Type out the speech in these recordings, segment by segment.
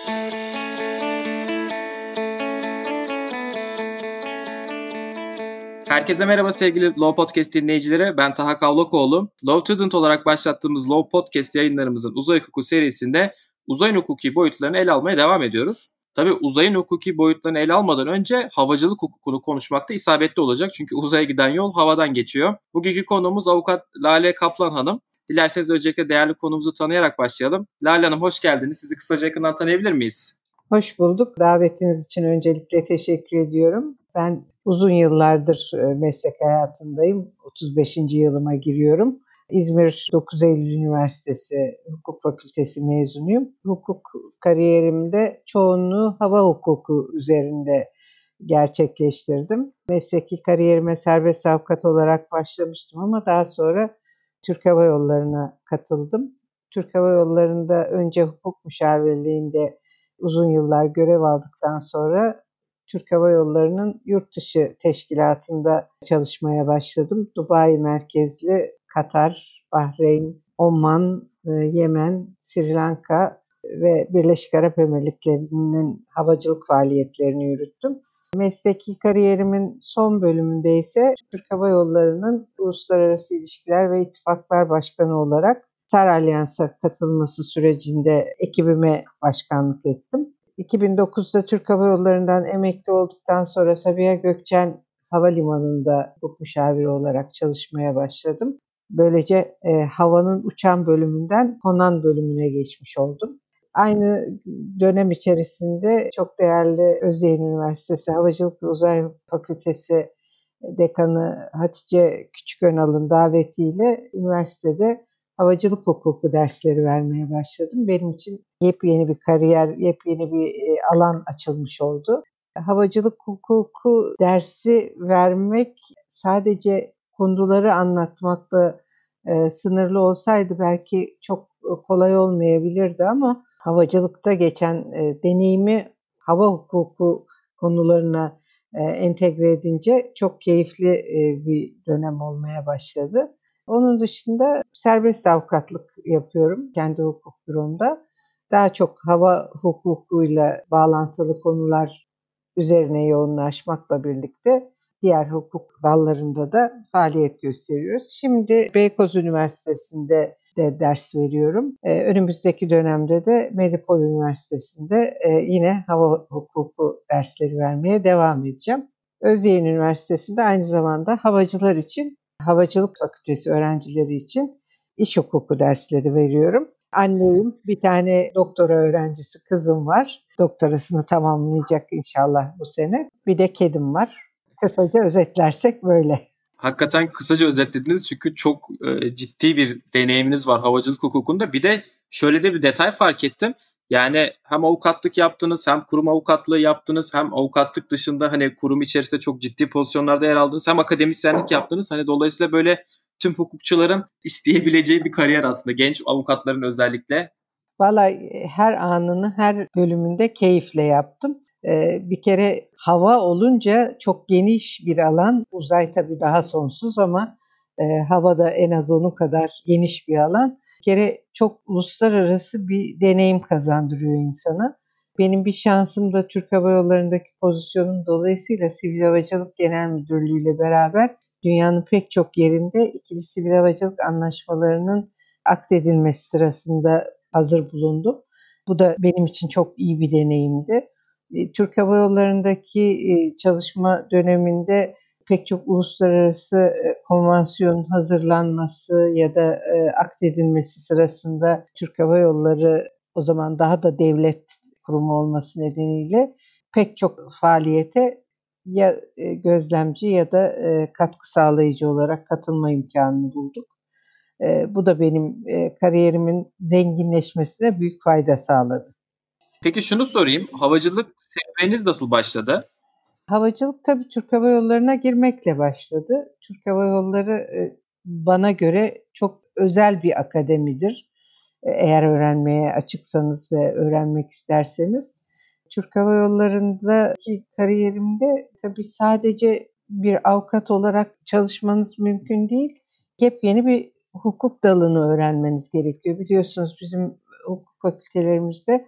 Herkese merhaba sevgili Law Podcast dinleyicileri. Ben Taha Kavlakoğlu. Law Student olarak başlattığımız Law Podcast yayınlarımızın uzay hukuku serisinde uzayın hukuki boyutlarını ele almaya devam ediyoruz. Tabii uzayın hukuki boyutlarını ele almadan önce havacılık hukukunu konuşmakta isabetli olacak. Çünkü uzaya giden yol havadan geçiyor. Bugünkü konuğumuz avukat Lale Kaplan Hanım. Dilerseniz öncelikle değerli konuğumuzu tanıyarak başlayalım. Lale Hanım hoş geldiniz. Sizi kısaca yakından tanıyabilir miyiz? Hoş bulduk. Davetiniz için öncelikle teşekkür ediyorum. Ben uzun yıllardır meslek hayatındayım. 35. yılıma giriyorum. İzmir 9 Eylül Üniversitesi Hukuk Fakültesi mezunuyum. Hukuk kariyerimde çoğunluğu hava hukuku üzerinde gerçekleştirdim. Mesleki kariyerime serbest avukat olarak başlamıştım ama daha sonra Türk Hava Yolları'na katıldım. Türk Hava Yolları'nda önce hukuk müşavirliğinde uzun yıllar görev aldıktan sonra Türk Hava Yolları'nın yurt dışı teşkilatında çalışmaya başladım. Dubai merkezli Katar, Bahreyn, Oman, Yemen, Sri Lanka ve Birleşik Arap Emirlikleri'nin havacılık faaliyetlerini yürüttüm. Mesleki kariyerimin son bölümünde ise Türk Hava Yolları'nın Uluslararası İlişkiler ve İttifaklar Başkanı olarak Star Alliance'a katılması sürecinde ekibime başkanlık ettim. 2009'da Türk Hava Yolları'ndan emekli olduktan sonra Sabiha Gökçen Havalimanı'nda hukuk müşaviri olarak çalışmaya başladım. Böylece havanın uçan bölümünden konan bölümüne geçmiş oldum. Aynı dönem içerisinde çok değerli Özyeğin Üniversitesi Havacılık ve Uzay Fakültesi Dekanı Hatice Küçükönal'ın davetiyle üniversitede havacılık hukuku dersleri vermeye başladım. Benim için yepyeni bir kariyer, yepyeni bir alan açılmış oldu. Havacılık hukuku dersi vermek sadece konuları anlatmakla sınırlı olsaydı belki çok kolay olmayabilirdi ama havacılıkta geçen deneyimi hava hukuku konularına entegre edince çok keyifli bir dönem olmaya başladı. Onun dışında serbest avukatlık yapıyorum kendi hukuk büromda. Daha çok hava hukukuyla bağlantılı konular üzerine yoğunlaşmakla birlikte diğer hukuk dallarında da faaliyet gösteriyoruz. Şimdi Beykoz Üniversitesi'nde de ders veriyorum. Önümüzdeki dönemde de Medipol Üniversitesi'nde yine hava hukuku dersleri vermeye devam edeceğim. Özyeğin Üniversitesi'nde aynı zamanda havacılar için, havacılık fakültesi öğrencileri için iş hukuku dersleri veriyorum. Anneyim, bir tane doktora öğrencisi kızım var. Doktorasını tamamlayacak inşallah bu sene. Bir de kedim var. Kısaca özetlersek böyle. Hakikaten kısaca özetlediniz çünkü çok ciddi bir deneyiminiz var havacılık hukukunda. Bir de şöyle de bir detay fark ettim. Yani hem avukatlık yaptınız, hem kurum avukatlığı yaptınız, hem avukatlık dışında hani kurum içerisinde çok ciddi pozisyonlarda yer aldınız, hem akademisyenlik yaptınız. Hani dolayısıyla böyle tüm hukukçuların isteyebileceği bir kariyer aslında, genç avukatların özellikle. Vallahi her anını, her bölümünde keyifle yaptım. Bir kere hava olunca çok geniş bir alan. Uzay tabii daha sonsuz ama hava da en az onun kadar geniş bir alan. Bir kere çok uluslararası bir deneyim kazandırıyor insana. Benim bir şansım da Türk Hava Yolları'ndaki pozisyonum dolayısıyla Sivil Havacılık Genel Müdürlüğü ile beraber dünyanın pek çok yerinde ikili sivil havacılık anlaşmalarının akdedilmesi sırasında hazır bulundum. Bu da benim için çok iyi bir deneyimdi. Türk Hava Yolları'ndaki çalışma döneminde pek çok uluslararası konvansiyonun hazırlanması ya da akdedilmesi sırasında Türk Hava Yolları o zaman daha da devlet kurumu olması nedeniyle pek çok faaliyete ya gözlemci ya da katkı sağlayıcı olarak katılma imkanını bulduk. Bu da benim kariyerimin zenginleşmesine büyük fayda sağladı. Peki şunu sorayım, havacılık serüveniniz nasıl başladı? Havacılık tabii Türk Hava Yolları'na girmekle başladı. Türk Hava Yolları bana göre çok özel bir akademidir. Eğer öğrenmeye açıksanız ve öğrenmek isterseniz. Türk Hava Yolları'ndaki kariyerimde tabii sadece bir avukat olarak çalışmanız mümkün değil. Yepyeni bir hukuk dalını öğrenmeniz gerekiyor. Biliyorsunuz bizim hukuk fakültelerimizde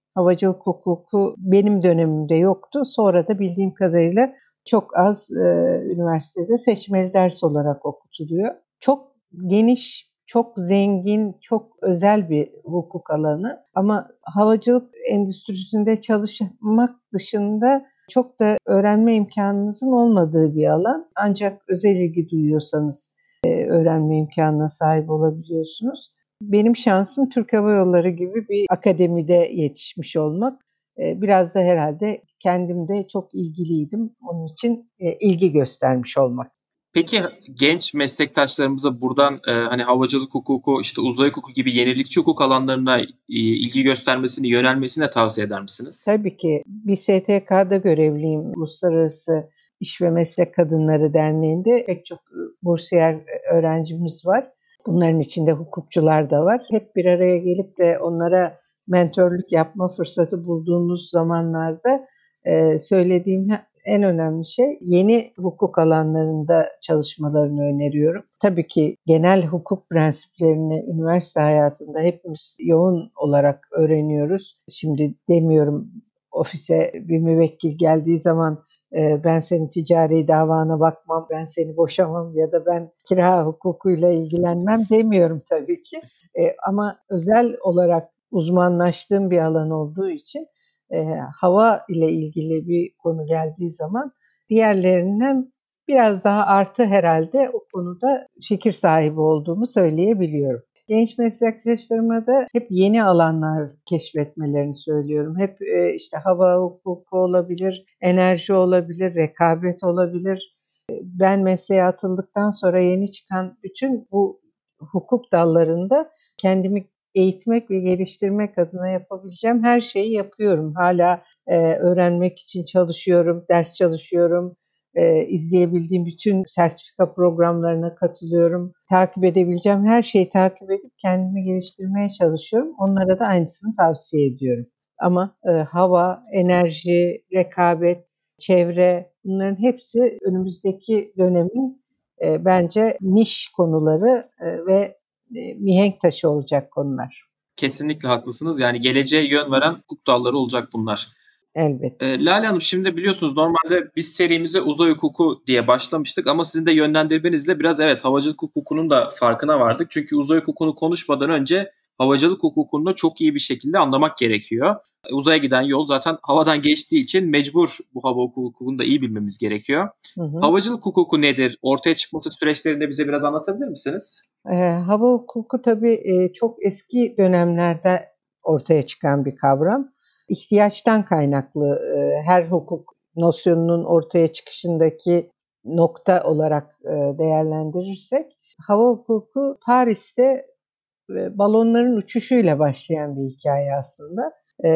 Havacılık hukuku benim dönemimde yoktu. Sonra da bildiğim kadarıyla çok az üniversitede seçmeli ders olarak okutuluyor. Çok geniş, çok zengin, çok özel bir hukuk alanı. Ama havacılık endüstrisinde çalışmak dışında çok da öğrenme imkanınızın olmadığı bir alan. Ancak özel ilgi duyuyorsanız öğrenme imkanına sahip olabiliyorsunuz. Benim şansım Türk Hava Yolları gibi bir akademide yetişmiş olmak. Biraz da herhalde kendim de çok ilgiliydim. Onun için ilgi göstermiş olmak. Peki genç meslektaşlarımıza buradan hani havacılık hukuku, işte uzay hukuku gibi yenilikçi hukuk alanlarına ilgi göstermesini, yönelmesini tavsiye eder misiniz? Tabii ki bir STK'da görevliyim. Uluslararası İş ve Meslek Kadınları Derneği'nde pek çok bursiyer öğrencimiz var. Bunların içinde hukukçular da var. Hep bir araya gelip de onlara mentörlük yapma fırsatı bulduğumuz zamanlarda söylediğim en önemli şey yeni hukuk alanlarında çalışmalarını öneriyorum. Tabii ki genel hukuk prensiplerini üniversite hayatında hepimiz yoğun olarak öğreniyoruz. Şimdi demiyorum ofise bir müvekkil geldiği zaman ben senin ticari davana bakmam, ben seni boşamam ya da ben kira hukukuyla ilgilenmem demiyorum tabii ki. Ama özel olarak uzmanlaştığım bir alan olduğu için hava ile ilgili bir konu geldiği zaman diğerlerinden biraz daha artı herhalde o konuda fikir sahibi olduğumu söyleyebiliyorum. Genç meslektaşlarıma da hep yeni alanlar keşfetmelerini söylüyorum. Hep işte hava hukuku olabilir, enerji olabilir, rekabet olabilir. Ben mesleğe atıldıktan sonra yeni çıkan bütün bu hukuk dallarında kendimi eğitmek ve geliştirmek adına yapabileceğim her şeyi yapıyorum. Hala öğrenmek için çalışıyorum, ders çalışıyorum. İzleyebildiğim bütün sertifika programlarına katılıyorum. Takip edebileceğim her şeyi takip edip kendimi geliştirmeye çalışıyorum. Onlara da aynısını tavsiye ediyorum. Ama hava, enerji, rekabet, çevre bunların hepsi önümüzdeki dönemin bence niş konuları ve mihenk taşı olacak konular. Kesinlikle haklısınız. Yani geleceğe yön veren hukuk dalları olacak bunlar. Elbette. Lale Hanım, şimdi biliyorsunuz normalde biz serimize uzay hukuku diye başlamıştık ama sizin de yönlendirmenizle biraz evet havacılık hukukunun da farkına vardık. Çünkü uzay hukukunu konuşmadan önce havacılık hukukunu da çok iyi bir şekilde anlamak gerekiyor. Uzaya giden yol zaten havadan geçtiği için mecbur bu hava hukukunu da iyi bilmemiz gerekiyor. Hı hı. Havacılık hukuku nedir? Ortaya çıkması süreçlerini de bize biraz anlatabilir misiniz? Hava hukuku tabii çok eski dönemlerde ortaya çıkan bir kavram. İhtiyaçtan kaynaklı her hukuk nosyonunun ortaya çıkışındaki nokta olarak değerlendirirsek, hava hukuku Paris'te balonların uçuşuyla başlayan bir hikaye aslında.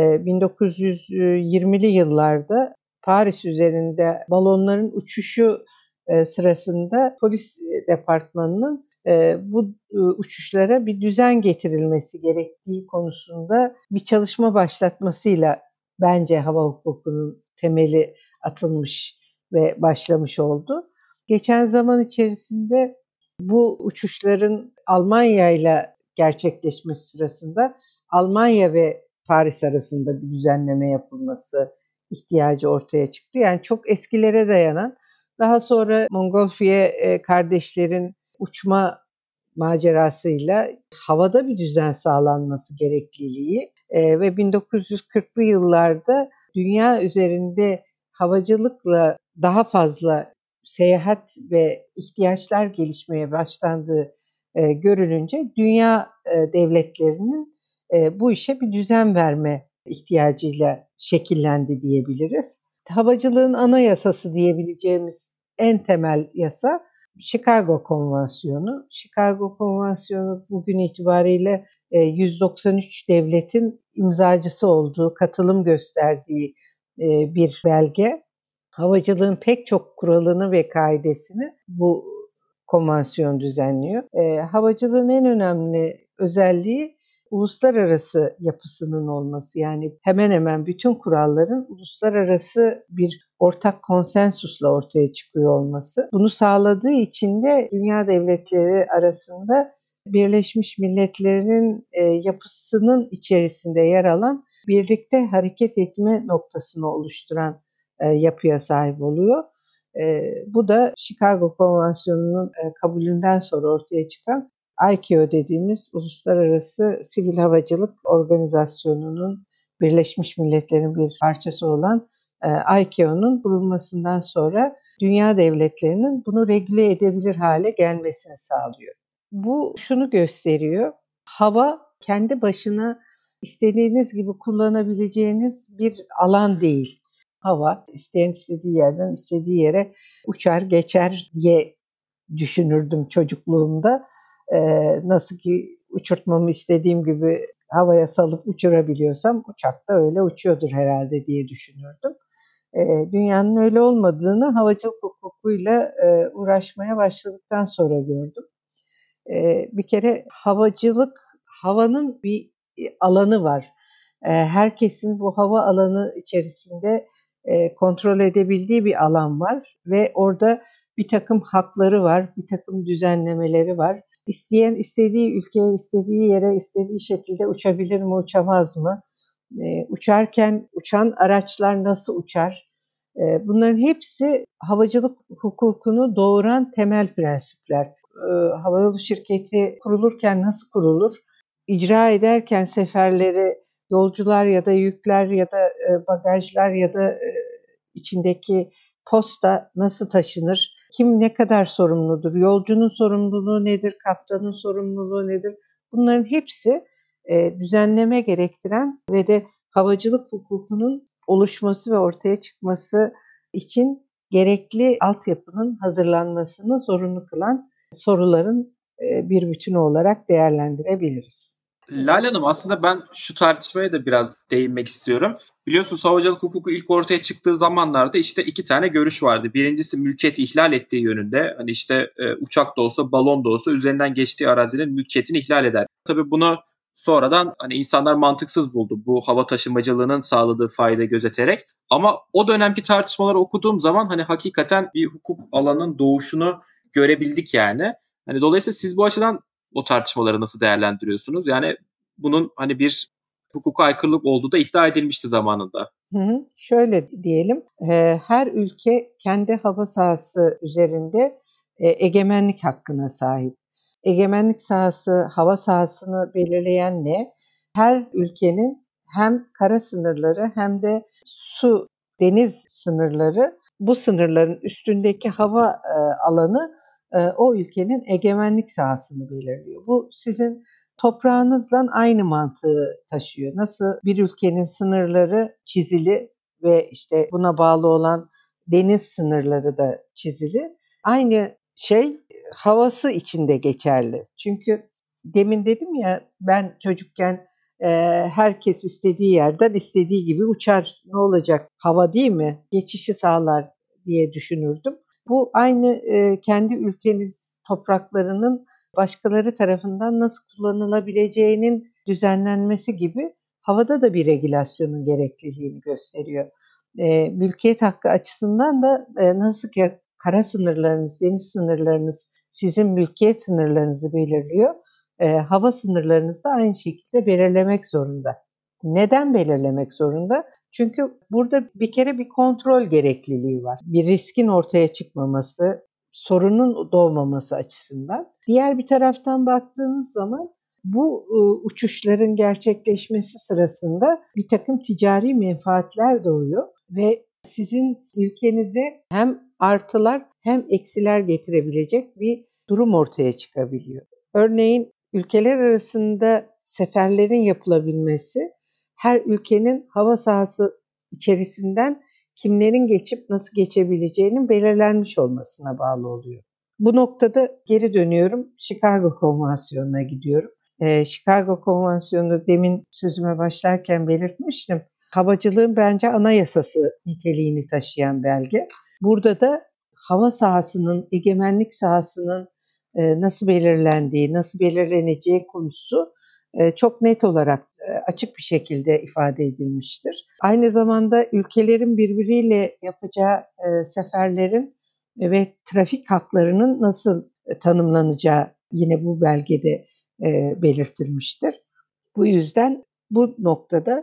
1920'li yıllarda Paris üzerinde balonların uçuşu sırasında polis departmanının bu uçuşlara bir düzen getirilmesi gerektiği konusunda bir çalışma başlatmasıyla bence hava hukukunun temeli atılmış ve başlamış oldu. Geçen zaman içerisinde bu uçuşların Almanya ile gerçekleşmesi sırasında Almanya ve Paris arasında bir düzenleme yapılması ihtiyacı ortaya çıktı. Yani çok eskilere dayanan, daha sonra Montgolfier kardeşlerin uçma macerasıyla havada bir düzen sağlanması gerekliliği ve 1940'lı yıllarda dünya üzerinde havacılıkla daha fazla seyahat ve ihtiyaçlar gelişmeye başlandığı görülünce dünya devletlerinin bu işe bir düzen verme ihtiyacıyla şekillendi diyebiliriz. Havacılığın anayasası diyebileceğimiz en temel yasa Chicago Konvansiyonu. Chicago Konvansiyonu bugün itibariyle 193 devletin imzacısı olduğu, katılım gösterdiği bir belge. Havacılığın pek çok kuralını ve kaidesini bu konvansiyon düzenliyor. Havacılığın en önemli özelliği uluslararası yapısının olması. Yani hemen hemen bütün kuralların uluslararası bir ortak konsensusla ortaya çıkıyor olması. Bunu sağladığı için de dünya devletleri arasında Birleşmiş Milletler'in yapısının içerisinde yer alan birlikte hareket etme noktasını oluşturan yapıya sahip oluyor. Bu da Chicago Konvansiyonu'nun kabulünden sonra ortaya çıkan ICAO dediğimiz Uluslararası Sivil Havacılık Organizasyonu'nun Birleşmiş Milletler'in bir parçası olan ICAO'nun kurulmasından sonra dünya devletlerinin bunu regüle edebilir hale gelmesini sağlıyor. Bu şunu gösteriyor: hava kendi başına istediğiniz gibi kullanabileceğiniz bir alan değil. Hava isteyen istediği yerden istediği yere uçar geçer diye düşünürdüm çocukluğumda. Nasıl ki uçurtmamı istediğim gibi havaya salıp uçurabiliyorsam uçak da öyle uçuyordur herhalde diye düşünürdüm. Dünyanın öyle olmadığını havacılık hukukuyla uğraşmaya başladıktan sonra gördüm. Bir kere havanın bir alanı var. Herkesin bu hava alanı içerisinde kontrol edebildiği bir alan var ve orada bir takım hakları var, bir takım düzenlemeleri var. İsteyen istediği ülkeye, istediği yere, istediği şekilde uçabilir mi, uçamaz mı? Uçarken uçan araçlar nasıl uçar? Bunların hepsi havacılık hukukunu doğuran temel prensipler. Havayolu şirketi kurulurken nasıl kurulur? İcra ederken seferleri yolcular ya da yükler ya da bagajlar ya da içindeki posta nasıl taşınır? Kim ne kadar sorumludur? Yolcunun sorumluluğu nedir? Kaptanın sorumluluğu nedir? Bunların hepsi düzenleme gerektiren ve de havacılık hukukunun oluşması ve ortaya çıkması için gerekli altyapının hazırlanmasını zorunlu kılan soruların bir bütünü olarak değerlendirebiliriz. Lale Hanım, aslında ben şu tartışmaya da biraz değinmek istiyorum. Biliyorsunuz havacılık hukuku ilk ortaya çıktığı zamanlarda işte iki tane görüş vardı. Birincisi mülkiyeti ihlal ettiği yönünde. Hani işte uçak da olsa balon da olsa üzerinden geçtiği arazinin mülkiyetini ihlal eder. Tabii bunu sonradan hani insanlar mantıksız buldu. Bu hava taşımacılığının sağladığı faydayı gözeterek. Ama o dönemki tartışmaları okuduğum zaman hani hakikaten bir hukuk alanının doğuşunu görebildik yani. Hani dolayısıyla siz bu açıdan o tartışmaları nasıl değerlendiriyorsunuz? Yani bunun hani bir hukuka aykırılık olduğu da iddia edilmişti zamanında. Hı hı. Şöyle diyelim, her ülke kendi hava sahası üzerinde egemenlik hakkına sahip. Egemenlik sahası, hava sahasını belirleyen ne? Her ülkenin hem kara sınırları hem de su, deniz sınırları, bu sınırların üstündeki hava alanı o ülkenin egemenlik sahasını belirliyor. Bu sizin toprağınızla aynı mantığı taşıyor. Nasıl bir ülkenin sınırları çizili ve işte buna bağlı olan deniz sınırları da çizili. Aynı şey havası içinde geçerli. Çünkü demin dedim ya, ben çocukken herkes istediği yerden istediği gibi uçar. Ne olacak? Hava değil mi? Geçişi sağlar diye düşünürdüm. Bu aynı kendi ülkeniz topraklarının başkaları tarafından nasıl kullanılabileceğinin düzenlenmesi gibi havada da bir regülasyonun gerekliliğini gösteriyor. Mülkiyet hakkı açısından da nasıl ki kara sınırlarınız, deniz sınırlarınız sizin mülkiyet sınırlarınızı belirliyor, hava sınırlarınızı da aynı şekilde belirlemek zorunda. Neden belirlemek zorunda? Çünkü burada bir kere bir kontrol gerekliliği var. Bir riskin ortaya çıkmaması, sorunun doğmaması açısından. Diğer bir taraftan baktığınız zaman bu uçuşların gerçekleşmesi sırasında bir takım ticari menfaatler doğuyor ve sizin ülkenize hem artılar hem eksiler getirebilecek bir durum ortaya çıkabiliyor. Örneğin ülkeler arasında seferlerin yapılabilmesi her ülkenin hava sahası içerisinden kimlerin geçip nasıl geçebileceğinin belirlenmiş olmasına bağlı oluyor. Bu noktada geri dönüyorum, Chicago Konvansiyonu'na gidiyorum. Chicago Konvansiyonu demin sözüme başlarken belirtmiştim. Havacılığın bence anayasası niteliğini taşıyan belge. Burada da hava sahasının, egemenlik sahasının nasıl belirlendiği, nasıl belirleneceği konusu çok net olarak açık bir şekilde ifade edilmiştir. Aynı zamanda ülkelerin birbiriyle yapacağı seferlerin ve trafik haklarının nasıl tanımlanacağı yine bu belgede belirtilmiştir. Bu yüzden bu noktada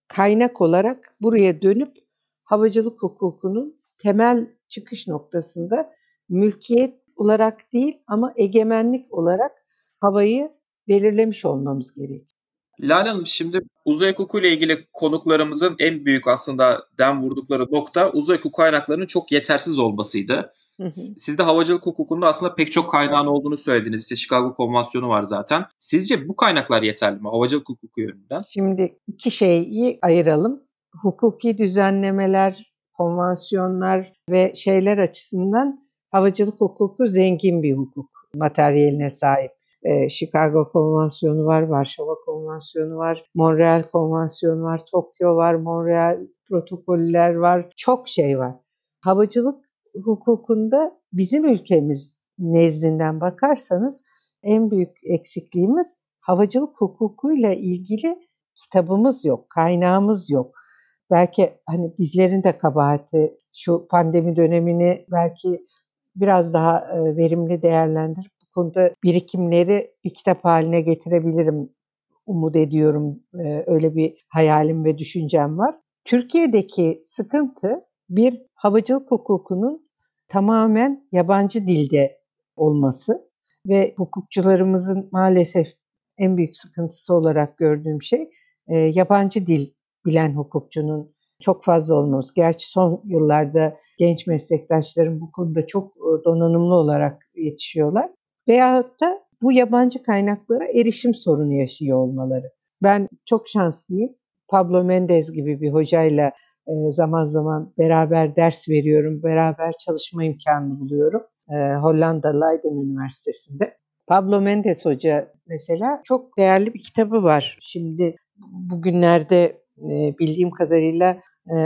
kaynak olarak buraya dönüp havacılık hukukunun temel çıkış noktasında mülkiyet olarak değil ama egemenlik olarak havayı belirlemiş olmamız gerekiyor. Lale Hanım, şimdi uzay hukuku ile ilgili konuklarımızın en büyük aslında dem vurdukları nokta uzay hukuku kaynaklarının çok yetersiz olmasıydı. Hı hı. Siz de havacılık hukukunda aslında pek çok kaynağın olduğunu söylediniz. İşte Chicago Konvansiyonu var zaten. Sizce bu kaynaklar yeterli mi havacılık hukuku yönünden? Şimdi iki şeyi ayıralım. Hukuki düzenlemeler, konvansiyonlar ve şeyler açısından havacılık hukuku zengin bir hukuk materyaline sahip. Chicago Konvansiyonu var, Varşova Konvansiyonu var, Montreal Konvansiyonu var, Tokyo var, Montreal protokoller var, çok şey var. Havacılık hukukunda bizim ülkemiz nezdinden bakarsanız en büyük eksikliğimiz havacılık hukukuyla ilgili kitabımız yok, kaynağımız yok. Belki hani bizlerin de kabahati şu pandemi dönemini belki biraz daha verimli değerlendirip bu konuda birikimleri bir kitap haline getirebilirim, umut ediyorum. Öyle bir hayalim ve düşüncem var. Türkiye'deki sıkıntı bir havacılık hukukunun tamamen yabancı dilde olması ve hukukçularımızın maalesef en büyük sıkıntısı olarak gördüğüm şey yabancı dil bilen hukukçunun çok fazla olması. Gerçi son yıllarda genç meslektaşlarım bu konuda çok donanımlı olarak yetişiyorlar. Veyahut da bu yabancı kaynaklara erişim sorunu yaşıyor olmaları. Ben çok şanslıyım. Pablo Mendez gibi bir hocayla zaman zaman beraber ders veriyorum, beraber çalışma imkanı buluyorum. Hollanda Leiden Üniversitesi'nde. Pablo Mendes Hoca mesela çok değerli bir kitabı var. Şimdi bugünlerde bildiğim kadarıyla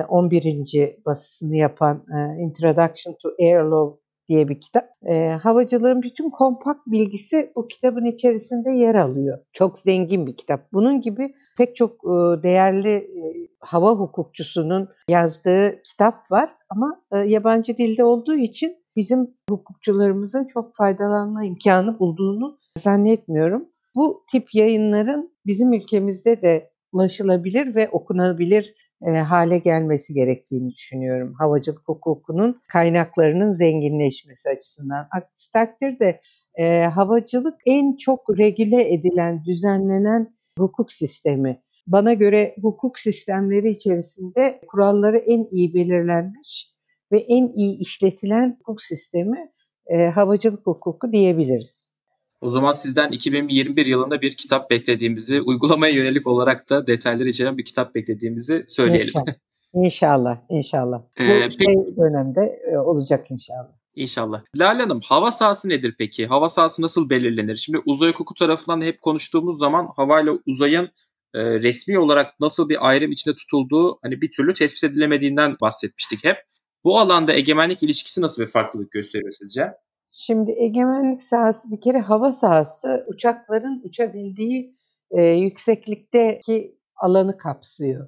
11. basısını yapan Introduction to Air Law diye bir kitap. Havacılığın bütün kompakt bilgisi bu kitabın içerisinde yer alıyor. Çok zengin bir kitap. Bunun gibi pek çok değerli hava hukukçusunun yazdığı kitap var ama yabancı dilde olduğu için bizim hukukçularımızın çok faydalanma imkanı bulduğunu zannetmiyorum. Bu tip yayınların bizim ülkemizde de ulaşılabilir ve okunabilir hale gelmesi gerektiğini düşünüyorum. Havacılık hukukunun kaynaklarının zenginleşmesi açısından. Aksi takdirde havacılık en çok regüle edilen, düzenlenen hukuk sistemi. Bana göre hukuk sistemleri içerisinde kuralları en iyi belirlenmiş ve en iyi işletilen hukuk sistemi havacılık hukuku diyebiliriz. O zaman sizden 2021 yılında bir kitap beklediğimizi, uygulamaya yönelik olarak da detayları içeren bir kitap beklediğimizi söyleyelim. İnşallah. İnşallah, inşallah. Bu Peki, dönemde olacak inşallah. İnşallah. Lale Hanım, hava sahası nedir peki? Hava sahası nasıl belirlenir? Şimdi uzay hukuku tarafından hep konuştuğumuz zaman havayla uzayın resmi olarak nasıl bir ayrım içinde tutulduğu hani bir türlü tespit edilemediğinden bahsetmiştik hep. Bu alanda egemenlik ilişkisi nasıl bir farklılık gösteriyor sizce? Şimdi egemenlik sahası bir kere hava sahası uçakların uçabildiği yükseklikteki alanı kapsıyor.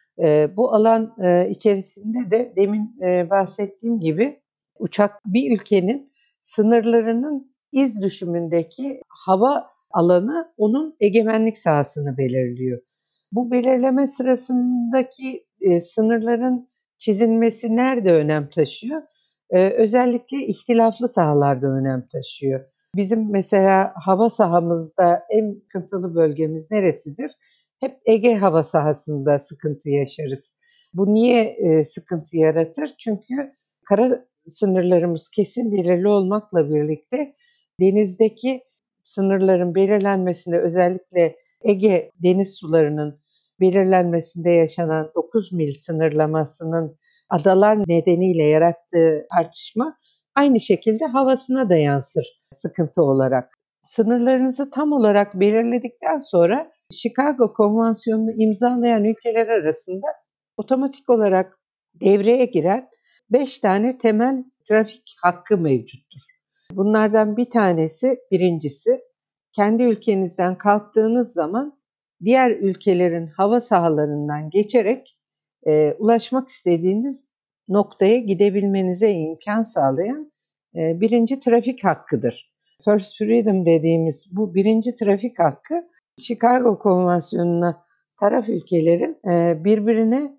Bu alan içerisinde de demin bahsettiğim gibi uçak bir ülkenin sınırlarının iz düşümündeki hava alanı onun egemenlik sahasını belirliyor. Bu belirleme sırasındaki sınırların çizilmesi nerede önem taşıyor? Özellikle ihtilaflı sahalarda önem taşıyor. Bizim mesela hava sahamızda en sıkıntılı bölgemiz neresidir? Hep Ege hava sahasında sıkıntı yaşarız. Bu niye sıkıntı yaratır? Çünkü kara sınırlarımız kesin belirli olmakla birlikte denizdeki sınırların belirlenmesinde özellikle Ege deniz sularının belirlenmesinde yaşanan 9 mil sınırlamasının adalar nedeniyle yarattığı tartışma aynı şekilde havasına da yansır sıkıntı olarak. Sınırlarınızı tam olarak belirledikten sonra Chicago Konvansiyonu'nu imzalayan ülkeler arasında otomatik olarak devreye giren 5 tane temel trafik hakkı mevcuttur. Bunlardan bir tanesi, birincisi, kendi ülkenizden kalktığınız zaman diğer ülkelerin hava sahalarından geçerek ulaşmak istediğiniz noktaya gidebilmenize imkan sağlayan birinci trafik hakkıdır. First Freedom dediğimiz bu birinci trafik hakkı Chicago Konvansiyonu'na taraf ülkelerin birbirine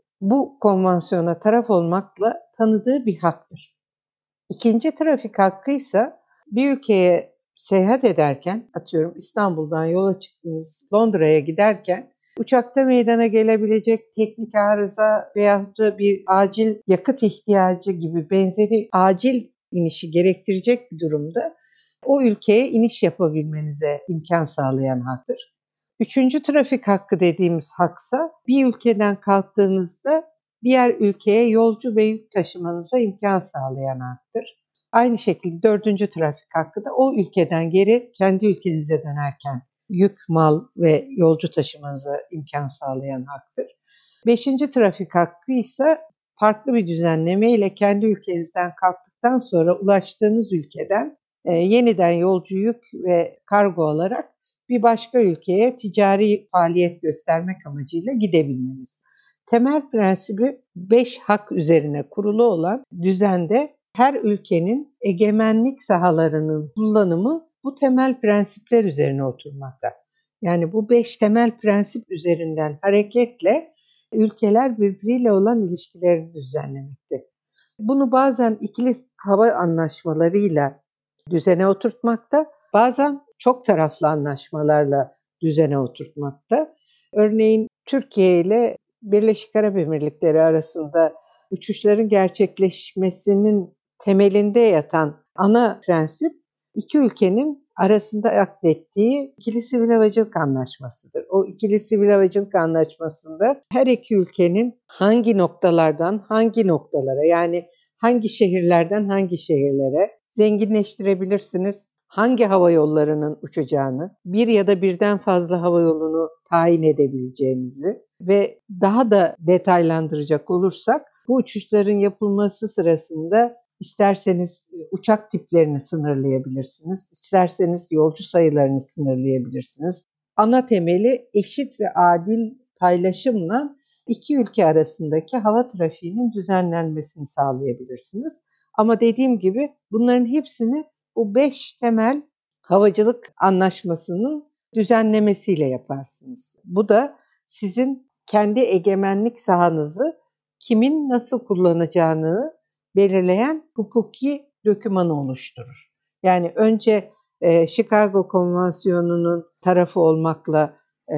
bu konvansiyona taraf olmakla tanıdığı bir haktır. İkinci trafik hakkı ise bir ülkeye seyahat ederken, atıyorum İstanbul'dan yola çıktınız, Londra'ya giderken uçakta meydana gelebilecek teknik arıza veyahut da bir acil yakıt ihtiyacı gibi benzeri acil inişi gerektirecek bir durumda o ülkeye iniş yapabilmenize imkan sağlayan haktır. Üçüncü trafik hakkı dediğimiz haksa bir ülkeden kalktığınızda diğer ülkeye yolcu ve yük taşımanıza imkan sağlayan haktır. Aynı şekilde dördüncü trafik hakkı da o ülkeden geri kendi ülkenize dönerken yük, mal ve yolcu taşımanıza imkan sağlayan haktır. Beşinci trafik hakkı ise farklı bir düzenleme ile kendi ülkenizden kalktıktan sonra ulaştığınız ülkeden yeniden yolcu yük ve kargo alarak bir başka ülkeye ticari faaliyet göstermek amacıyla gidebilmeniz. Temel prensibi 5 hak üzerine kurulu olan düzende her ülkenin egemenlik sahalarının kullanımı bu temel prensipler üzerine oturmakta. Yani bu 5 temel prensip üzerinden hareketle ülkeler birbiriyle olan ilişkilerini düzenlemekte. Bunu bazen ikili hava anlaşmalarıyla düzene oturtmakta, bazen çok taraflı anlaşmalarla düzene oturtmakta. Örneğin Türkiye ile Birleşik Arap Emirlikleri arasında uçuşların gerçekleşmesinin temelinde yatan ana prensip iki ülkenin arasında akdettiği ikili sivil havacılık anlaşmasıdır. O ikili sivil havacılık anlaşmasında her iki ülkenin hangi noktalardan hangi noktalara, yani hangi şehirlerden hangi şehirlere zenginleştirebilirsiniz, hangi hava yollarının uçacağını, bir ya da birden fazla hava yolunu tayin edebileceğinizi ve daha da detaylandıracak olursak bu uçuşların yapılması sırasında İsterseniz uçak tiplerini sınırlayabilirsiniz, isterseniz yolcu sayılarını sınırlayabilirsiniz. Ana temeli eşit ve adil paylaşımla iki ülke arasındaki hava trafiğinin düzenlenmesini sağlayabilirsiniz. Ama dediğim gibi bunların hepsini bu 5 temel havacılık anlaşmasının düzenlemesiyle yaparsınız. Bu da sizin kendi egemenlik sahanızı kimin nasıl kullanacağını belirleyen hukuki dokümanı oluşturur. Yani önce Chicago Konvansiyonu'nun tarafı olmakla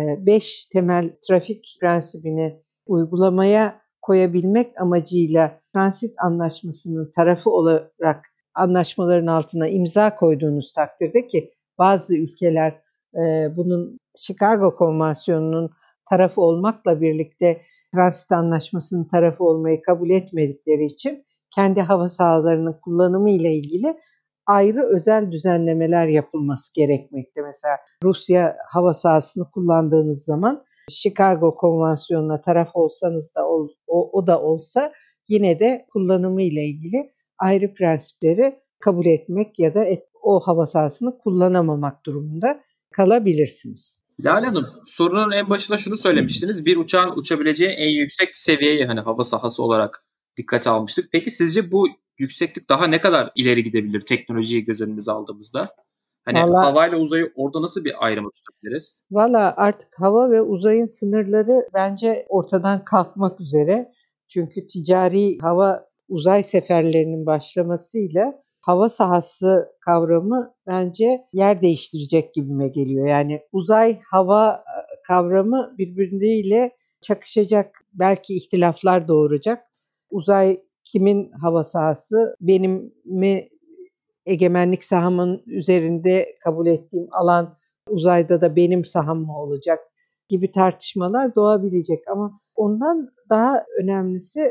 5 temel trafik prensibini uygulamaya koyabilmek amacıyla transit anlaşmasının tarafı olarak anlaşmaların altına imza koyduğunuz takdirde ki bazı ülkeler bunun Chicago Konvansiyonu'nun tarafı olmakla birlikte transit anlaşmasının tarafı olmayı kabul etmedikleri için kendi hava sahalarının kullanımı ile ilgili ayrı özel düzenlemeler yapılması gerekmekte. Mesela Rusya hava sahasını kullandığınız zaman Chicago Konvansiyonu'na taraf olsanız da o da olsa yine de kullanımı ile ilgili ayrı prensipleri kabul etmek ya da o hava sahasını kullanamamak durumunda kalabilirsiniz. Lale Hanım, sorunun en başında şunu söylemiştiniz. Bir uçağın uçabileceği en yüksek seviyeyi hani hava sahası olarak dikkate almıştık. Peki sizce bu yükseklik daha ne kadar ileri gidebilir teknolojiyi göz önümüze aldığımızda? Hani Valla havayla uzayı orada nasıl bir ayrıma tutabiliriz? Valla artık hava ve uzayın sınırları bence ortadan kalkmak üzere. Çünkü ticari hava uzay seferlerinin başlamasıyla hava sahası kavramı bence yer değiştirecek gibime geliyor. Yani uzay hava kavramı birbirleriyle çakışacak, belki ihtilaflar doğuracak. Uzay kimin hava sahası, benim mi egemenlik sahamın üzerinde kabul ettiğim alan uzayda da benim saham mı olacak gibi tartışmalar doğabilecek. Ama ondan daha önemlisi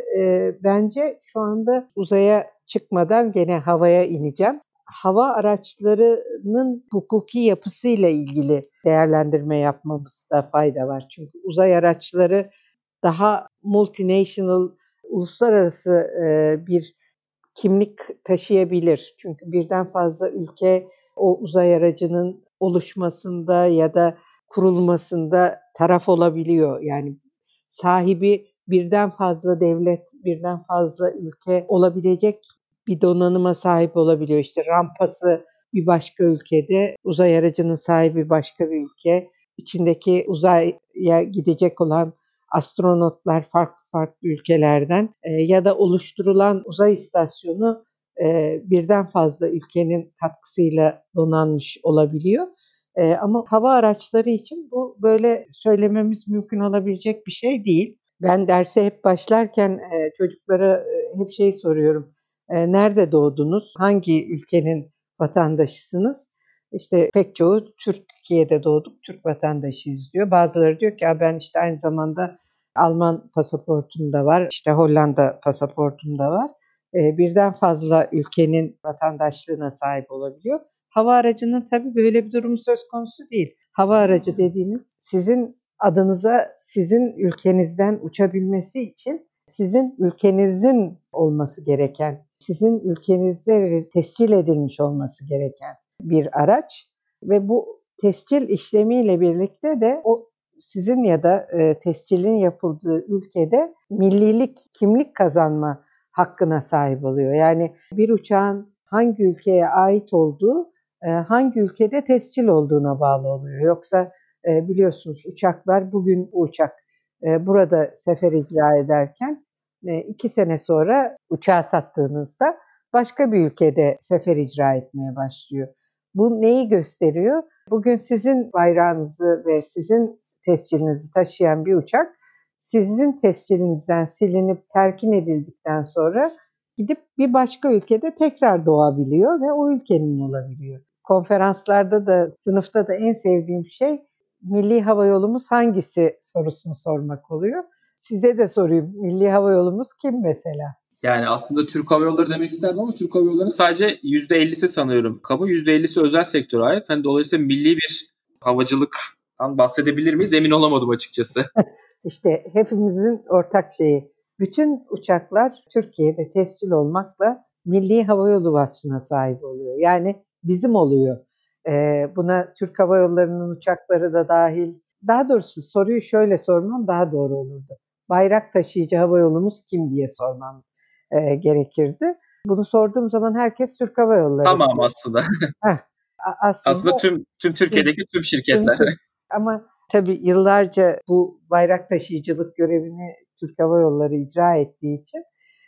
bence şu anda uzaya çıkmadan gene havaya ineceğim. Hava araçlarının hukuki yapısıyla ilgili değerlendirme yapmamızda fayda var. Çünkü uzay araçları daha multinational, uluslararası bir kimlik taşıyabilir. Çünkü birden fazla ülke o uzay aracının oluşmasında ya da kurulmasında taraf olabiliyor. Yani sahibi birden fazla devlet, birden fazla ülke olabilecek bir donanıma sahip olabiliyor. İşte rampası bir başka ülkede, uzay aracının sahibi başka bir ülke. içindeki uzaya gidecek olan astronotlar farklı farklı ülkelerden ya da oluşturulan uzay istasyonu birden fazla ülkenin katkısıyla donanmış olabiliyor. Ama hava araçları için bu böyle söylememiz mümkün olabilecek bir şey değil. Ben derse hep başlarken çocuklara hep şey soruyorum. Nerede doğdunuz? Hangi ülkenin vatandaşısınız? İşte pek çoğu Türkiye'de doğduk, Türk vatandaşıyız diyor. Bazıları diyor ki ben işte aynı zamanda Alman pasaportum da var, işte Hollanda pasaportum da var. Birden fazla ülkenin vatandaşlığına sahip olabiliyor. Hava aracının tabii böyle bir durumu söz konusu değil. Hava aracı dediğiniz sizin adınıza sizin ülkenizden uçabilmesi için sizin ülkenizin olması gereken, sizin ülkenizde tescil edilmiş olması gereken bir araç ve bu tescil işlemiyle birlikte de o sizin ya da tescilin yapıldığı ülkede millilik, kimlik kazanma hakkına sahip oluyor. Yani bir uçağın hangi ülkeye ait olduğu hangi ülkede tescil olduğuna bağlı oluyor. Yoksa biliyorsunuz uçaklar bugün bu uçak burada sefer icra ederken 2 sene sonra uçağı sattığınızda başka bir ülkede sefer icra etmeye başlıyor. Bu neyi gösteriyor? Bugün sizin bayrağınızı ve sizin tescilinizi taşıyan bir uçak sizin tescilinizden silinip terkin edildikten sonra gidip bir başka ülkede tekrar doğabiliyor ve o ülkenin olabiliyor. Konferanslarda da sınıfta da en sevdiğim şey milli hava yolumuz hangisi sorusunu sormak oluyor. Size de sorayım. Milli hava yolumuz kim mesela? Yani aslında Türk Hava Yolları demek isterdim ama Türk Hava Yolları'nın sadece %50'si sanıyorum kamu, %50'si özel sektöre ait. Hani dolayısıyla milli bir havacılıktan bahsedebilir miyiz? Emin olamadım açıkçası. İşte hepimizin ortak şeyi. Bütün uçaklar Türkiye'de tescil olmakla Milli Hava Yolu vasfına sahip oluyor. Yani bizim oluyor. Buna Türk Hava Yolları'nın uçakları da dahil. Daha doğrusu soruyu şöyle sormam daha doğru olurdu. Bayrak taşıyıcı hava yolumuz kim diye sormam gerekirdi. Bunu sorduğum zaman herkes Türk Hava Yolları Tamam diyor. aslında. Heh, aslında Aslında tüm tüm, Türkiye'deki tüm tüm şirketler. Türk ama tabii yıllarca bu bayrak taşıyıcılık görevini Türk Hava Yolları icra ettiği için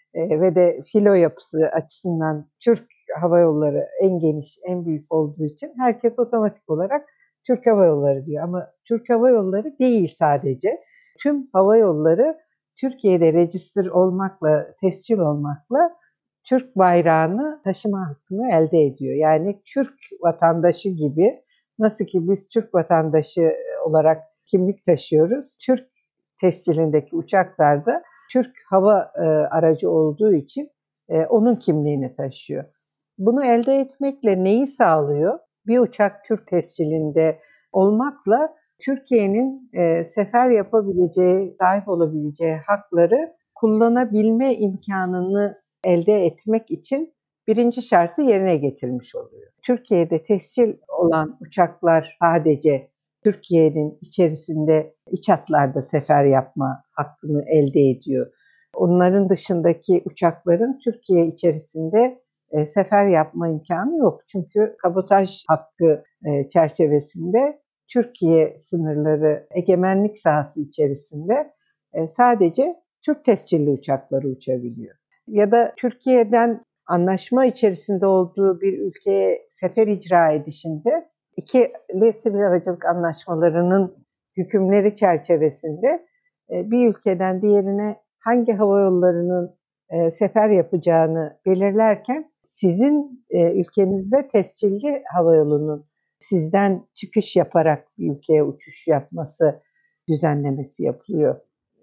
ve de filo yapısı açısından Türk Hava Yolları en geniş, en büyük olduğu için herkes otomatik olarak Türk Hava Yolları diyor. Ama Türk Hava Yolları değil sadece. Tüm hava yolları Türkiye'de register olmakla, tescil olmakla Türk bayrağını taşıma hakkını elde ediyor. Yani Türk vatandaşı gibi nasıl ki biz Türk vatandaşı olarak kimlik taşıyoruz, Türk tescilindeki uçaklarda Türk hava aracı olduğu için onun kimliğini taşıyor. Bunu elde etmekle neyi sağlıyor? Bir uçak Türk tescilinde olmakla Türkiye'nin sefer yapabileceği, sahip olabileceği hakları kullanabilme imkanını elde etmek için birinci şartı yerine getirmiş oluyor. Türkiye'de tescil olan uçaklar sadece Türkiye'nin içerisinde iç hatlarda sefer yapma hakkını elde ediyor. Onların dışındaki uçakların Türkiye içerisinde sefer yapma imkanı yok. Çünkü kabotaj hakkı çerçevesinde Türkiye sınırları egemenlik sahası içerisinde sadece Türk tescilli uçakları uçabiliyor. Ya da Türkiye'den anlaşma içerisinde olduğu bir ülkeye sefer icra edişinde ikili sivil havacılık anlaşmalarının hükümleri çerçevesinde bir ülkeden diğerine hangi hava yollarının sefer yapacağını belirlerken sizin ülkenizde tescilli hava yolunun sizden çıkış yaparak bir ülkeye uçuş yapması düzenlemesi yapılıyor.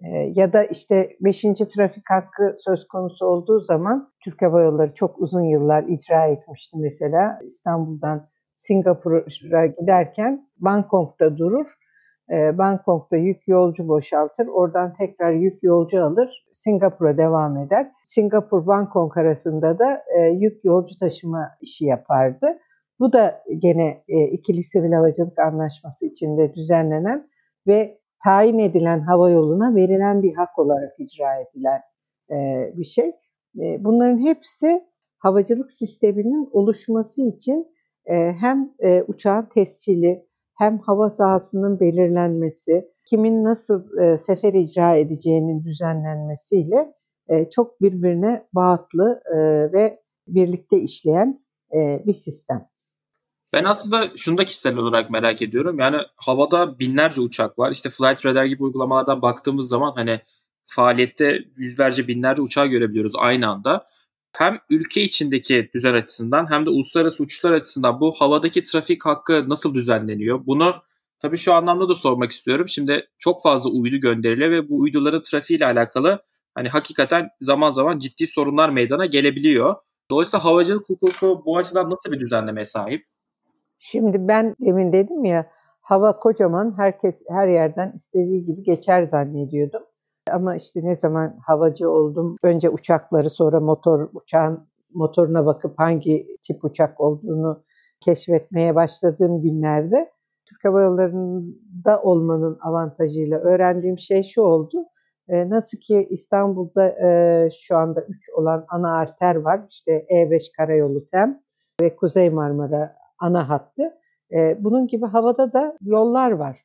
Ya da işte 5. trafik hakkı söz konusu olduğu zaman Türk Hava Yolları çok uzun yıllar icra etmişti mesela. İstanbul'dan Singapur'a giderken Bangkok'ta durur. Bangkok'ta yük yolcu boşaltır. Oradan tekrar yük yolcu alır. Singapur'a devam eder. Singapur-Bangkok arasında da yük yolcu taşıma işi yapardı. Bu da gene ikili sivil havacılık anlaşması içinde düzenlenen ve tayin edilen hava yoluna verilen bir hak olarak icra edilen bir şey. Bunların hepsi havacılık sisteminin oluşması için hem uçağın tescili hem hava sahasının belirlenmesi, kimin nasıl sefer icra edeceğinin düzenlenmesiyle çok birbirine bağlı ve birlikte işleyen bir sistem. Ben aslında şunu da kişisel olarak merak ediyorum. Yani havada binlerce uçak var. İşte Flight Radar gibi uygulamalardan baktığımız zaman hani faaliyette yüzlerce binlerce uçağı görebiliyoruz aynı anda. Hem ülke içindeki düzen açısından hem de uluslararası uçuşlar açısından bu havadaki trafik hakkı nasıl düzenleniyor? Bunu tabii şu anlamda da sormak istiyorum. Şimdi çok fazla uydu gönderiliyor ve bu uyduların trafiğiyle alakalı hani hakikaten zaman zaman ciddi sorunlar meydana gelebiliyor. Dolayısıyla havacılık hukuku bu açıdan nasıl bir düzenlemeye sahip? Şimdi ben demin dedim ya, hava kocaman, herkes her yerden istediği gibi geçer zannediyordum. Ama işte ne zaman havacı oldum, önce uçakları, sonra uçağın motoruna bakıp hangi tip uçak olduğunu keşfetmeye başladığım günlerde Türk Hava Yolları'nda olmanın avantajıyla öğrendiğim şey şu oldu. Nasıl ki İstanbul'da şu anda 3 olan ana arter var. İşte E5 Karayolu TEM ve Kuzey Marmara ana hattı. Bunun gibi havada da yollar var.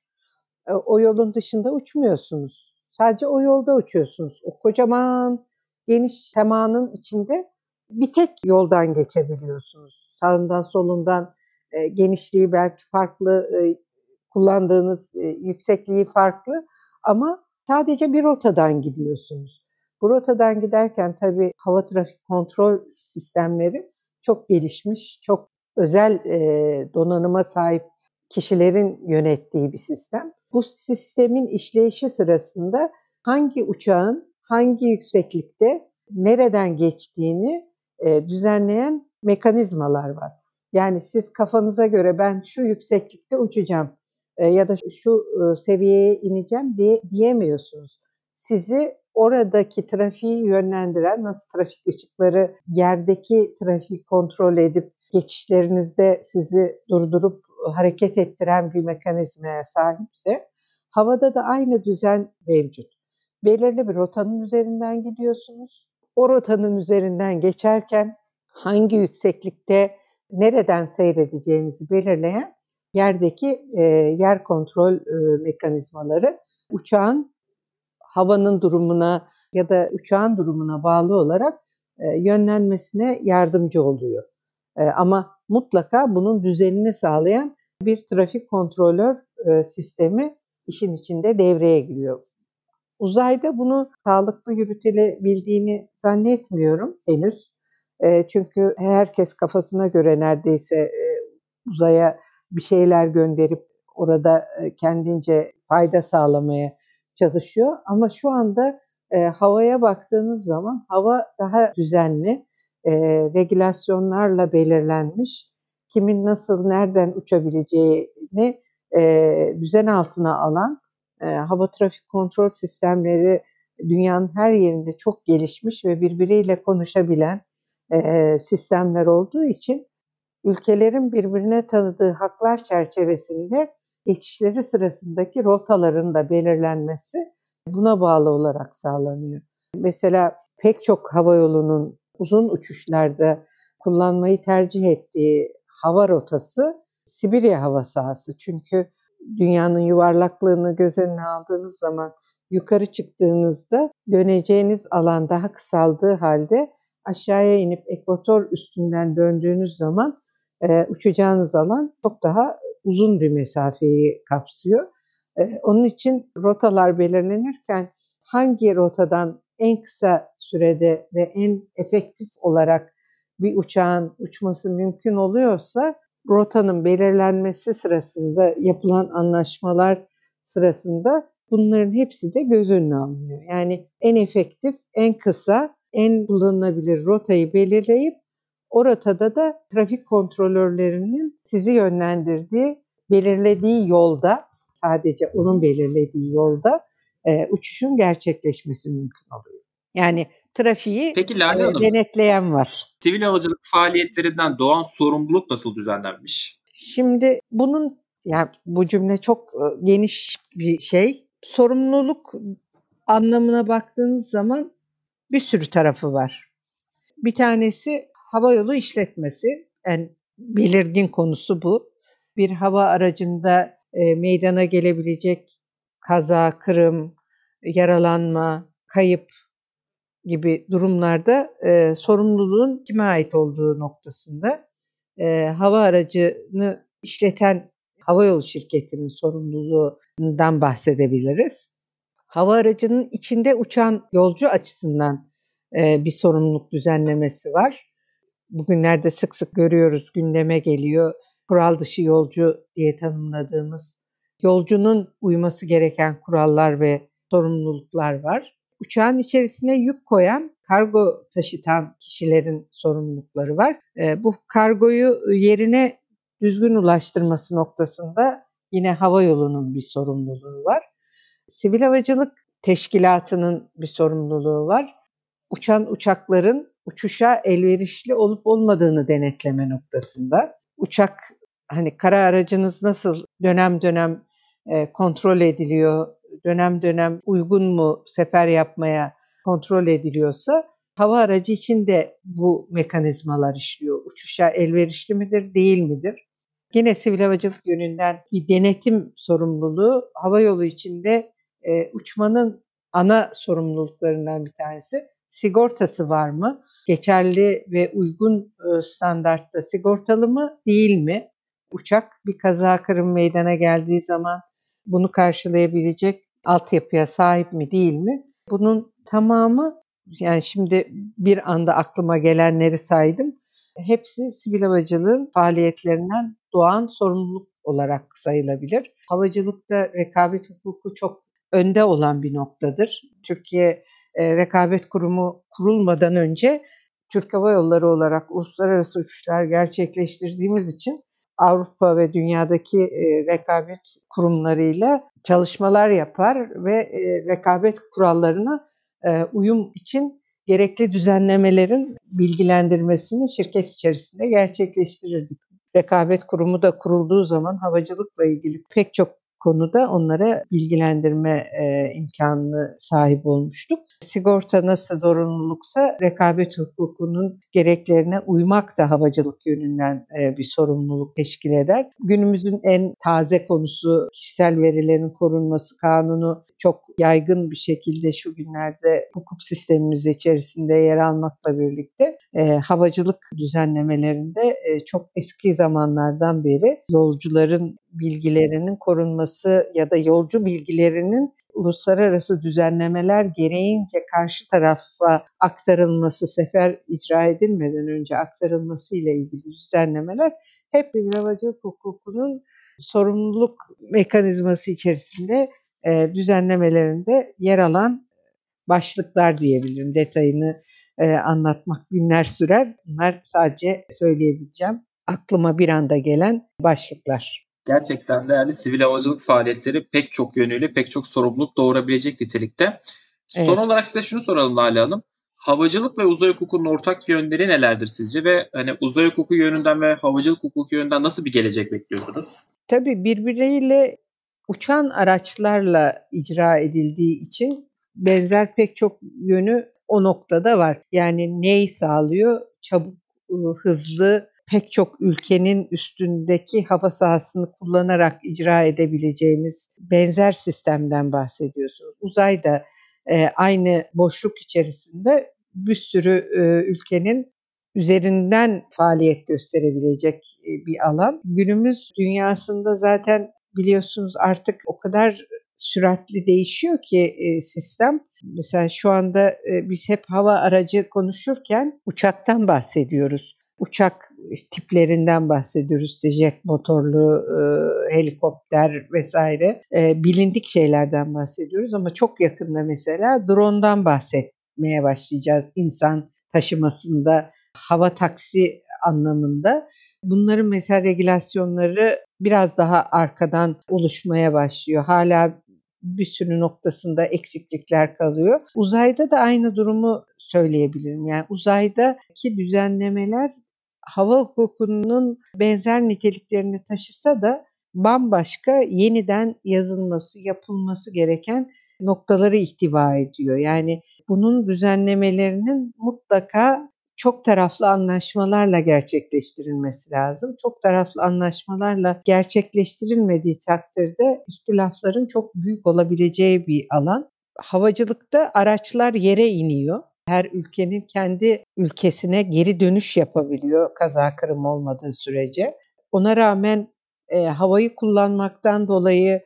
O yolun dışında uçmuyorsunuz. Sadece o yolda uçuyorsunuz. O kocaman geniş semanın içinde bir tek yoldan geçebiliyorsunuz. Sağından solundan genişliği belki farklı, kullandığınız yüksekliği farklı ama sadece bir rotadan gidiyorsunuz. Bu rotadan giderken tabii hava trafik kontrol sistemleri çok gelişmiş, çok özel donanıma sahip kişilerin yönettiği bir sistem. Bu sistemin işleyişi sırasında hangi uçağın hangi yükseklikte nereden geçtiğini düzenleyen mekanizmalar var. Yani siz kafanıza göre ben şu yükseklikte uçacağım ya da şu seviyeye ineceğim diyemiyorsunuz. Sizi oradaki trafiği yönlendiren, nasıl trafik ışıkları yerdeki trafiği kontrol edip geçişlerinizde sizi durdurup hareket ettiren bir mekanizmaya sahipse, havada da aynı düzen mevcut. Belirli bir rotanın üzerinden gidiyorsunuz. O rotanın üzerinden geçerken hangi yükseklikte nereden seyredeceğinizi belirleyen yerdeki yer kontrol mekanizmaları uçağın havanın durumuna ya da uçağın durumuna bağlı olarak yönlenmesine yardımcı oluyor. Ama mutlaka bunun düzenini sağlayan bir trafik kontrolör sistemi işin içinde devreye giriyor. Uzayda bunu sağlıklı yürütülebildiğini zannetmiyorum henüz. Çünkü herkes kafasına göre neredeyse uzaya bir şeyler gönderip orada kendince fayda sağlamaya çalışıyor. Ama şu anda havaya baktığınız zaman hava daha düzenli, regülasyonlarla belirlenmiş, kimin nasıl, nereden uçabileceğini düzen altına alan hava trafik kontrol sistemleri dünyanın her yerinde çok gelişmiş ve birbiriyle konuşabilen sistemler olduğu için ülkelerin birbirine tanıdığı haklar çerçevesinde geçişleri sırasındaki rotaların da belirlenmesi buna bağlı olarak sağlanıyor. Mesela pek çok havayolunun uzun uçuşlarda kullanmayı tercih ettiği hava rotası Sibirya hava sahası. Çünkü dünyanın yuvarlaklığını göz önüne aldığınız zaman yukarı çıktığınızda döneceğiniz alan daha kısaldığı halde aşağıya inip ekvator üstünden döndüğünüz zaman uçacağınız alan çok daha uzun bir mesafeyi kapsıyor. Onun için rotalar belirlenirken hangi rotadan en kısa sürede ve en efektif olarak bir uçağın uçması mümkün oluyorsa rotanın belirlenmesi sırasında yapılan anlaşmalar sırasında bunların hepsi de göz önüne alınıyor. Yani en efektif, en kısa, en kullanılabilir rotayı belirleyip o rotada da trafik kontrolörlerinin sizi yönlendirdiği, belirlediği yolda, sadece onun belirlediği yolda uçuşun gerçekleşmesi mümkün oluyor. Yani trafiği Peki Lale Hanım, denetleyen var. sivil havacılık faaliyetlerinden doğan sorumluluk nasıl düzenlenmiş? Şimdi bunun, yani bu cümle çok geniş bir şey. Sorumluluk anlamına baktığınız zaman bir sürü tarafı var. Bir tanesi havayolu işletmesi. En belirgin konusu bu. Bir hava aracında meydana gelebilecek kaza, kırım, yaralanma, kayıp gibi durumlarda sorumluluğun kime ait olduğu noktasında hava aracını işleten havayolu şirketinin sorumluluğundan bahsedebiliriz. Hava aracının içinde uçan yolcu açısından bir sorumluluk düzenlemesi var. Bugünlerde sık sık görüyoruz, gündeme geliyor. Kural dışı yolcu diye tanımladığımız yolcunun uyması gereken kurallar ve sorumluluklar var. Uçağın içerisine yük koyan, kargo taşıtan kişilerin sorumlulukları var. Bu kargoyu yerine düzgün ulaştırması noktasında yine havayolunun bir sorumluluğu var. Sivil Havacılık Teşkilatı'nın bir sorumluluğu var. Uçan uçakların uçuşa elverişli olup olmadığını denetleme noktasında. Uçak, hani kara aracınız nasıl dönem dönem kontrol ediliyor, dönem dönem uygun mu sefer yapmaya kontrol ediliyorsa, hava aracı için de bu mekanizmalar işliyor. Uçuşa elverişli midir, değil midir? Yine sivil havacılık yönünden bir denetim sorumluluğu havayolu içinde uçmanın ana sorumluluklarından bir tanesi. Sigortası var mı? Geçerli ve uygun standartta sigortalı mı, değil mi? Uçak bir kaza kırım meydana geldiği zaman bunu karşılayabilecek altyapıya sahip mi, değil mi? Bunun tamamı, yani şimdi bir anda aklıma gelenleri saydım. Hepsi sivil havacılığın faaliyetlerinden doğan sorumluluk olarak sayılabilir. Havacılıkta rekabet hukuku çok önde olan bir noktadır. Türkiye Rekabet Kurumu kurulmadan önce Türk Hava Yolları olarak uluslararası uçuşlar gerçekleştirdiğimiz için Avrupa ve dünyadaki rekabet kurumlarıyla çalışmalar yapar ve rekabet kurallarına uyum için gerekli düzenlemelerin bilgilendirmesini şirket içerisinde gerçekleştirirdik. Rekabet Kurumu da kurulduğu zaman havacılıkla ilgili pek çok konuda onlara bilgilendirme imkanına sahip olmuştuk. Sigorta nasıl zorunluluksa rekabet hukukunun gereklerine uymak da havacılık yönünden bir sorumluluk teşkil eder. Günümüzün en taze konusu kişisel verilerin korunması kanunu çok yaygın bir şekilde şu günlerde hukuk sistemimiz içerisinde yer almakla birlikte havacılık düzenlemelerinde çok eski zamanlardan beri yolcuların bilgilerinin korunması ya da yolcu bilgilerinin uluslararası düzenlemeler gereğince karşı tarafa aktarılması, sefer icra edilmeden önce aktarılması ile ilgili düzenlemeler hep sivil havacılık hukukunun sorumluluk mekanizması içerisinde düzenlemelerinde yer alan başlıklar diyebilirim. Detayını anlatmak günler sürer. Bunlar sadece söyleyebileceğim aklıma bir anda gelen başlıklar. Gerçekten değerli, sivil havacılık faaliyetleri pek çok yönüyle pek çok sorumluluk doğurabilecek nitelikte. Son Evet. olarak size şunu soralım Lale Hanım. Havacılık ve uzay hukukunun ortak yönleri nelerdir sizce ve hani uzay hukuku yönünden ve havacılık hukuku yönünden nasıl bir gelecek bekliyorsunuz? Tabii birbiriyle uçan araçlarla icra edildiği için benzer pek çok yönü o noktada var. Yani neyi sağlıyor? Çabuk, hızlı, pek çok ülkenin üstündeki hava sahasını kullanarak icra edebileceğiniz benzer sistemden bahsediyorsunuz. Uzayda aynı boşluk içerisinde bir sürü ülkenin üzerinden faaliyet gösterebilecek bir alan. Günümüz dünyasında zaten biliyorsunuz artık o kadar süratli değişiyor ki sistem. Mesela şu anda biz hep hava aracı konuşurken uçaktan bahsediyoruz. Uçak tiplerinden bahsediyoruz. İşte jet motorlu, helikopter vesaire. Bilindik şeylerden bahsediyoruz ama çok yakında mesela drone'dan bahsetmeye başlayacağız insan taşımasında, hava taksi anlamında. Bunların mesela regülasyonları biraz daha arkadan oluşmaya başlıyor. Hala bir sürü noktasında eksiklikler kalıyor. Uzayda da aynı durumu söyleyebilirim. Yani uzaydaki düzenlemeler hava hukukunun benzer niteliklerini taşısa da bambaşka, yeniden yazılması, yapılması gereken noktaları ihtiva ediyor. Yani bunun düzenlemelerinin mutlaka çok taraflı anlaşmalarla gerçekleştirilmesi lazım. Çok taraflı anlaşmalarla gerçekleştirilmediği takdirde ihtilafların çok büyük olabileceği bir alan. Havacılıkta araçlar yere iniyor. Her ülkenin kendi ülkesine geri dönüş yapabiliyor kaza kırım olmadığı sürece. Ona rağmen havayı kullanmaktan dolayı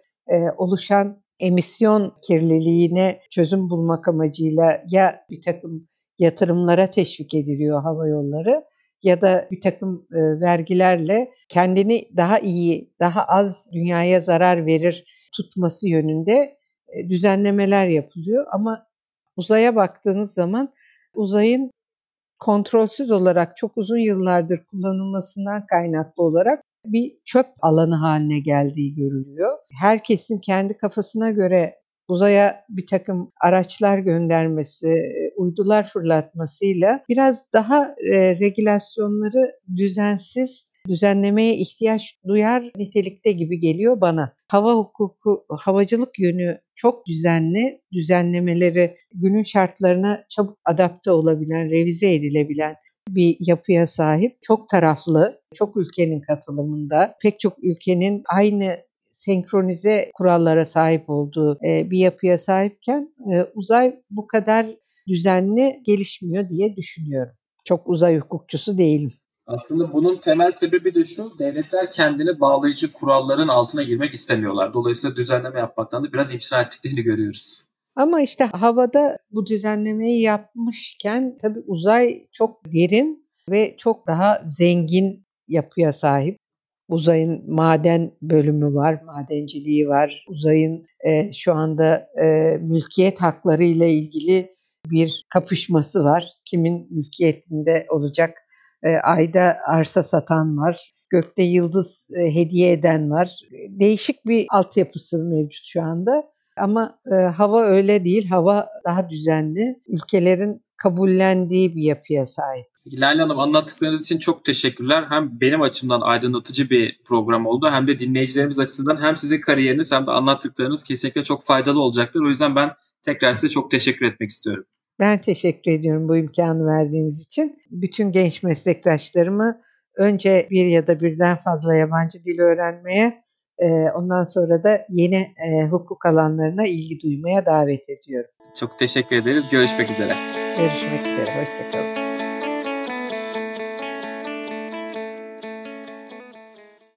oluşan emisyon kirliliğine çözüm bulmak amacıyla ya bir takım yatırımlara teşvik ediliyor hava yolları ya da bir takım vergilerle kendini daha iyi, daha az dünyaya zarar verir tutması yönünde düzenlemeler yapılıyor. Ama uzaya baktığınız zaman uzayın kontrolsüz olarak çok uzun yıllardır kullanılmasından kaynaklı olarak bir çöp alanı haline geldiği görülüyor. Herkesin kendi kafasına göre uzaya bir takım araçlar göndermesi, uydular fırlatmasıyla biraz daha regülasyonları düzensiz, düzenlemeye ihtiyaç duyar nitelikte gibi geliyor bana. Hava hukuku, havacılık yönü çok düzenli, düzenlemeleri günün şartlarına çabuk adapte olabilen, revize edilebilen bir yapıya sahip. Çok taraflı, çok ülkenin katılımında, pek çok ülkenin aynı senkronize kurallara sahip olduğu bir yapıya sahipken uzay bu kadar düzenli gelişmiyor diye düşünüyorum. Çok uzay hukukçusu değilim. Aslında bunun temel sebebi de şu, devletler kendini bağlayıcı kuralların altına girmek istemiyorlar. Dolayısıyla düzenleme yapmaktan da biraz imtina ettiklerini görüyoruz. Ama işte havada bu düzenlemeyi yapmışken tabii uzay çok derin ve çok daha zengin yapıya sahip. Uzayın maden bölümü var, madenciliği var. Uzayın şu anda mülkiyet hakları ile ilgili bir kapışması var. Kimin mülkiyetinde olacak? Ayda arsa satan var. Gökte yıldız hediye eden var. Değişik bir altyapısı mevcut şu anda. Ama hava öyle değil. Hava daha düzenli. Ülkelerin kabullendiği bir yapıya sahip. Lale Hanım, anlattıklarınız için çok teşekkürler. Hem benim açımdan aydınlatıcı bir program oldu hem de dinleyicilerimiz açısından hem sizin kariyeriniz hem de anlattıklarınız kesinlikle çok faydalı olacaktır. O yüzden ben tekrar size çok teşekkür etmek istiyorum. Ben teşekkür ediyorum bu imkanı verdiğiniz için. Bütün genç meslektaşlarımı önce bir ya da birden fazla yabancı dil öğrenmeye, ondan sonra da yeni hukuk alanlarına ilgi duymaya davet ediyorum. Çok teşekkür ederiz. Görüşmek üzere. Görüşmek üzere, hoşça kalın.